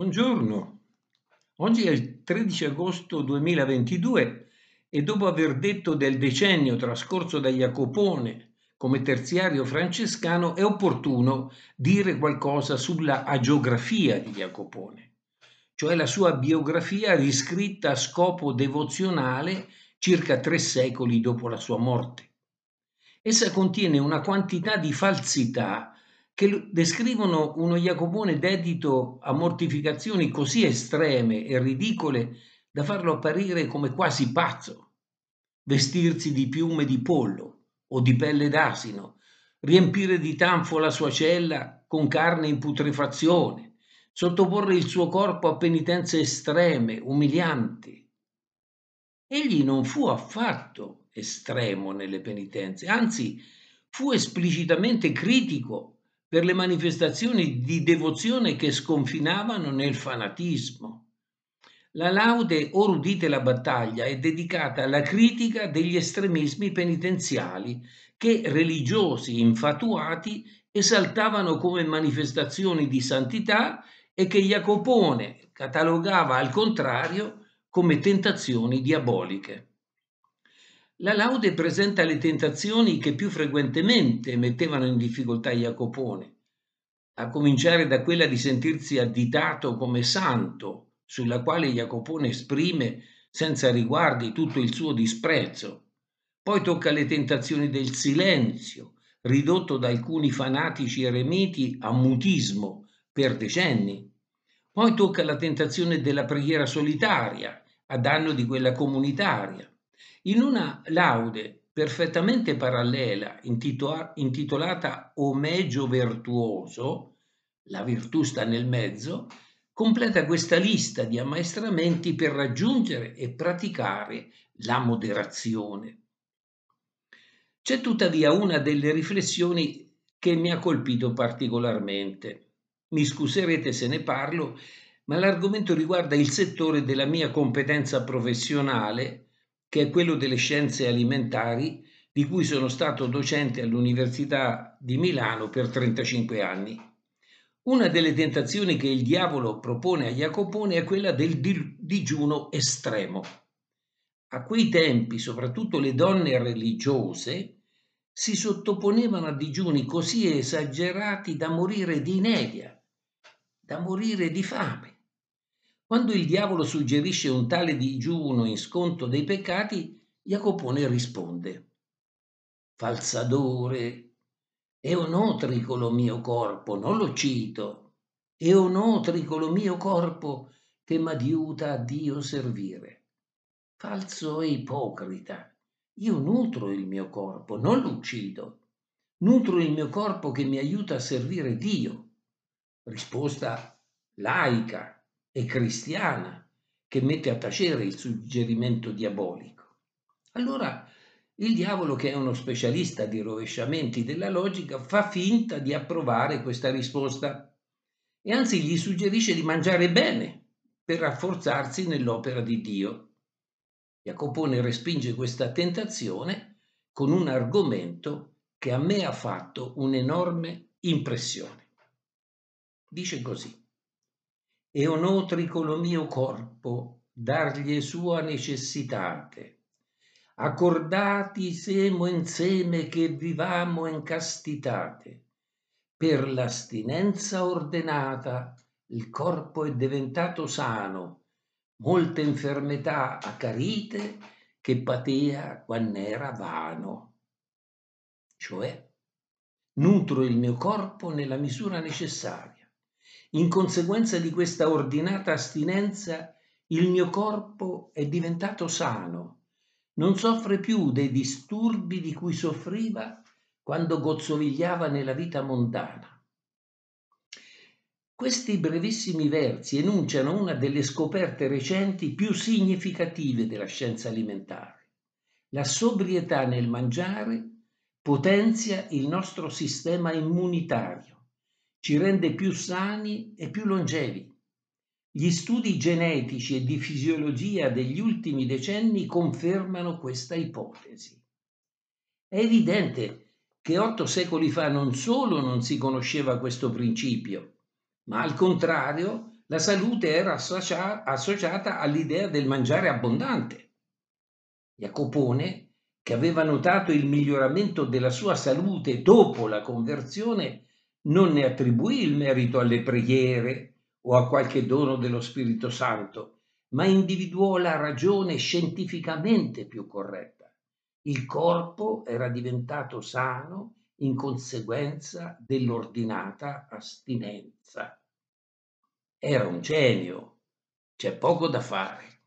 Buongiorno, oggi è il 13 agosto 2022 e dopo aver detto del decennio trascorso da Jacopone come terziario francescano è opportuno dire qualcosa sulla agiografia di Jacopone, cioè la sua biografia riscritta a scopo devozionale circa 3 secoli dopo la sua morte. Essa contiene una quantità di falsità che descrivono uno Jacopone dedito a mortificazioni così estreme e ridicole da farlo apparire come quasi pazzo. Vestirsi di piume di pollo o di pelle d'asino, riempire di tanfo la sua cella con carne in putrefazione, sottoporre il suo corpo a penitenze estreme, umilianti. Egli non fu affatto estremo nelle penitenze, anzi fu esplicitamente critico per le manifestazioni di devozione che sconfinavano nel fanatismo. La laude Or udite la battaglia è dedicata alla critica degli estremismi penitenziali che religiosi infatuati esaltavano come manifestazioni di santità e che Jacopone catalogava al contrario come tentazioni diaboliche. La laude presenta le tentazioni che più frequentemente mettevano in difficoltà Jacopone, a cominciare da quella di sentirsi additato come santo, sulla quale Jacopone esprime senza riguardi tutto il suo disprezzo. Poi tocca le tentazioni del silenzio, ridotto da alcuni fanatici eremiti a mutismo per decenni. Poi tocca la tentazione della preghiera solitaria, a danno di quella comunitaria. In una laude perfettamente parallela, intitolata Omegio Virtuoso, la virtù sta nel mezzo, completa questa lista di ammaestramenti per raggiungere e praticare la moderazione. C'è tuttavia una delle riflessioni che mi ha colpito particolarmente. Mi scuserete se ne parlo, ma l'argomento riguarda il settore della mia competenza professionale, che è quello delle scienze alimentari, di cui sono stato docente all'Università di Milano per 35 anni. Una delle tentazioni che il diavolo propone a Jacopone è quella del digiuno estremo. A quei tempi, soprattutto le donne religiose si sottoponevano a digiuni così esagerati da morire di inedia, da morire di fame. Quando il diavolo suggerisce un tale digiuno in sconto dei peccati, Jacopone risponde: falsadore, è onotrico lo mio corpo, non lo cito, è onotrico lo mio corpo che m'aiuta a Dio servire. Falso e ipocrita, io nutro il mio corpo, non lo uccido, nutro il mio corpo che mi aiuta a servire Dio. Risposta laica e cristiana che mette a tacere il suggerimento diabolico. Allora il diavolo, che è uno specialista di rovesciamenti della logica, fa finta di approvare questa risposta e anzi gli suggerisce di mangiare bene per rafforzarsi nell'opera di Dio. Jacopone respinge questa tentazione con un argomento che a me ha fatto un'enorme impressione. Dice così: «E onotrico lo mio corpo, dargli sua necessitate. Accordati semo inseme che vivamo in castitate. Per l'astinenza ordinata il corpo è diventato sano, molte infermità accarite che patea quand'era vano». Cioè, nutro il mio corpo nella misura necessaria. In conseguenza di questa ordinata astinenza, il mio corpo è diventato sano, non soffre più dei disturbi di cui soffriva quando gozzovigliava nella vita mondana. Questi brevissimi versi enunciano una delle scoperte recenti più significative della scienza alimentare. La sobrietà nel mangiare potenzia il nostro sistema immunitario, ci rende più sani e più longevi. Gli studi genetici e di fisiologia degli ultimi decenni confermano questa ipotesi. È evidente che 8 secoli fa non solo non si conosceva questo principio, ma al contrario La salute era associata all'idea del mangiare abbondante. Jacopone, che aveva notato il miglioramento della sua salute dopo la conversione, non ne attribuì il merito alle preghiere o a qualche dono dello Spirito Santo, ma individuò la ragione scientificamente più corretta. Il corpo era diventato sano in conseguenza dell'ordinata astinenza. Era un genio, c'è poco da fare.